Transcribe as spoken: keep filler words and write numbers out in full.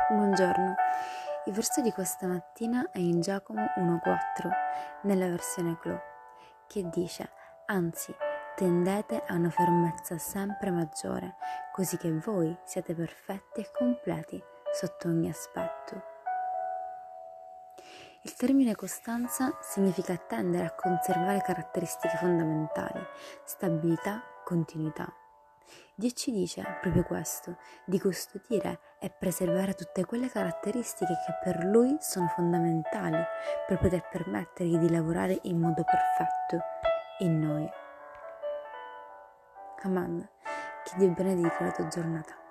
Buongiorno, il verso di questa mattina è in Giacomo uno quattro, nella versione Clou, che dice: anzi, tendete a una fermezza sempre maggiore, così che voi siate perfetti e completi sotto ogni aspetto. Il termine costanza significa tendere a conservare caratteristiche fondamentali, stabilità, continuità. Dio ci dice proprio questo, di custodire e preservare tutte quelle caratteristiche che per Lui sono fondamentali per poter permettergli di lavorare in modo perfetto in noi. Amen. Che Dio benedica la tua giornata.